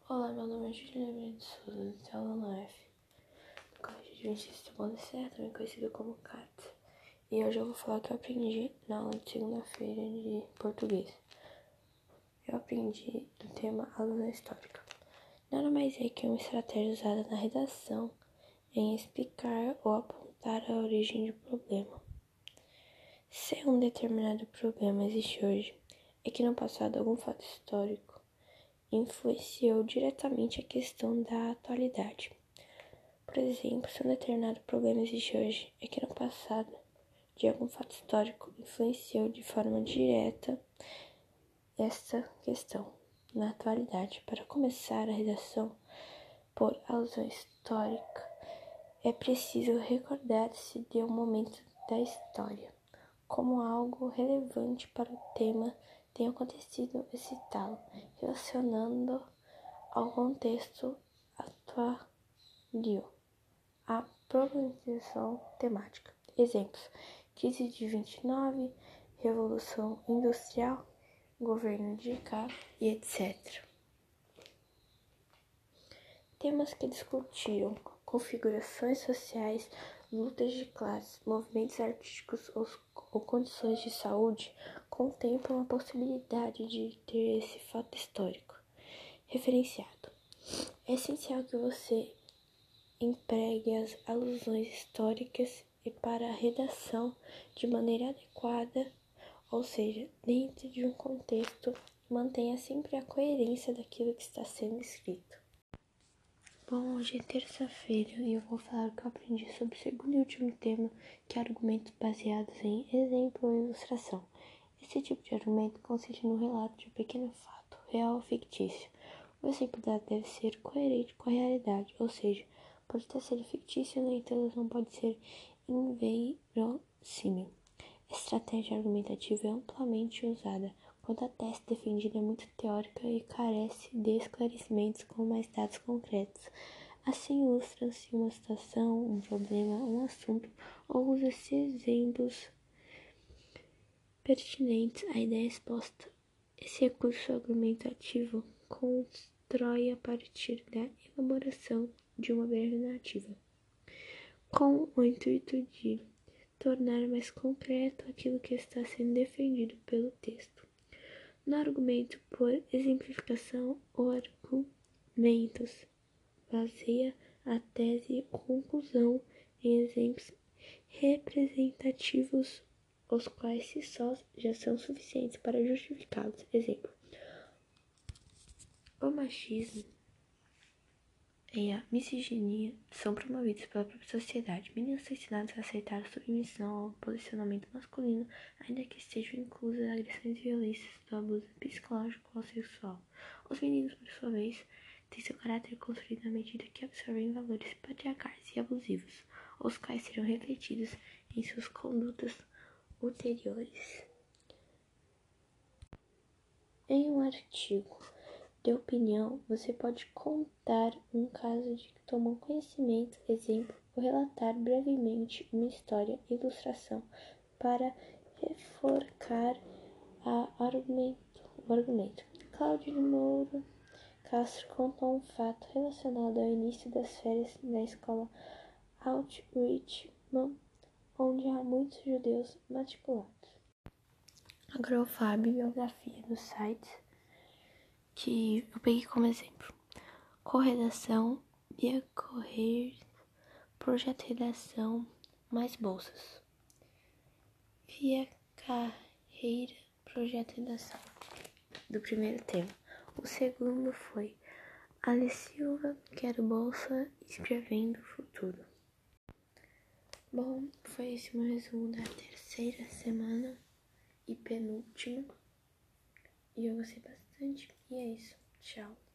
Olá, meu nome é Julia de Souza, da aluna F, do Colégio Adventista Bom da Serra, também conhecido como CATS. E hoje eu vou falar o que eu aprendi na aula de segunda-feira de português. Eu aprendi do tema aluna histórica. Nada mais é que uma estratégia usada na redação em explicar ou apontar a origem do problema. Se um determinado problema existe hoje, é que no passado algum fato histórico influenciou diretamente a questão da atualidade. Por exemplo, se um determinado problema existe hoje, é que no passado, de algum fato histórico, influenciou de forma direta essa questão na atualidade. Para começar a redação por alusão histórica, é preciso recordar-se de um momento da história, como algo relevante para o tema tenha acontecido e citá-lo, relacionando ao contexto atual a problematização temática. Exemplos: crise de 29, Revolução Industrial, governo de K e etc. Temas que discutiram configurações sociais, lutas de classes, movimentos artísticos ou condições de saúde contemplam a possibilidade de ter esse fato histórico referenciado. É essencial que você empregue as alusões históricas e para a redação de maneira adequada, ou seja, dentro de um contexto, mantenha sempre a coerência daquilo que está sendo escrito. Bom, hoje é terça-feira e eu vou falar o que eu aprendi sobre o segundo e último tema, que é argumentos baseados em exemplo ou ilustração. Esse tipo de argumento consiste no relato de um pequeno fato, real ou fictício. O exemplo dado deve ser coerente com a realidade, ou seja, pode até ser fictício, no entanto, não pode ser inverossímil. A estratégia argumentativa é amplamente usada quando a tese defendida é muito teórica e carece de esclarecimentos com mais dados concretos. Assim, ilustra-se uma situação, um problema, um assunto, ou usa-se exemplos pertinentes à ideia exposta. Esse recurso argumentativo constrói a partir da elaboração de uma breve narrativa, com o intuito de tornar mais concreto aquilo que está sendo defendido pelo texto. No argumento por exemplificação, o argumentos baseia a tese ou conclusão em exemplos representativos, os quais si sós já são suficientes para justificá-los. Exemplo: o machismo e a misoginia são promovidos pela própria sociedade. Meninos são ensinados a aceitar a submissão ao posicionamento masculino, ainda que estejam inclusas agressões e violências do abuso psicológico ou sexual. Os meninos, por sua vez, têm seu caráter construído à medida que absorvem valores patriarcais e abusivos, os quais serão refletidos em suas condutas ulteriores. Em um artigo de opinião, você pode contar um caso de que tomou conhecimento, exemplo, ou relatar brevemente uma história, ilustração, para reforçar o argumento. Cláudio de Moura Castro contou um fato relacionado ao início das férias na escola Alt Richmond, onde há muitos judeus matriculados. Agora eu vou falar a bibliografia dos sites que eu peguei como exemplo: Corredação, Bia Correia, Projeto Redação, mais bolsas. Via Carreira, Projeto Redação, do primeiro tema. O segundo foi Ale Silva, Quero Bolsa, Escrevendo o Futuro. Bom, foi esse meu resumo da terceira semana e penúltima. E eu gostei bastante. E é isso. Tchau.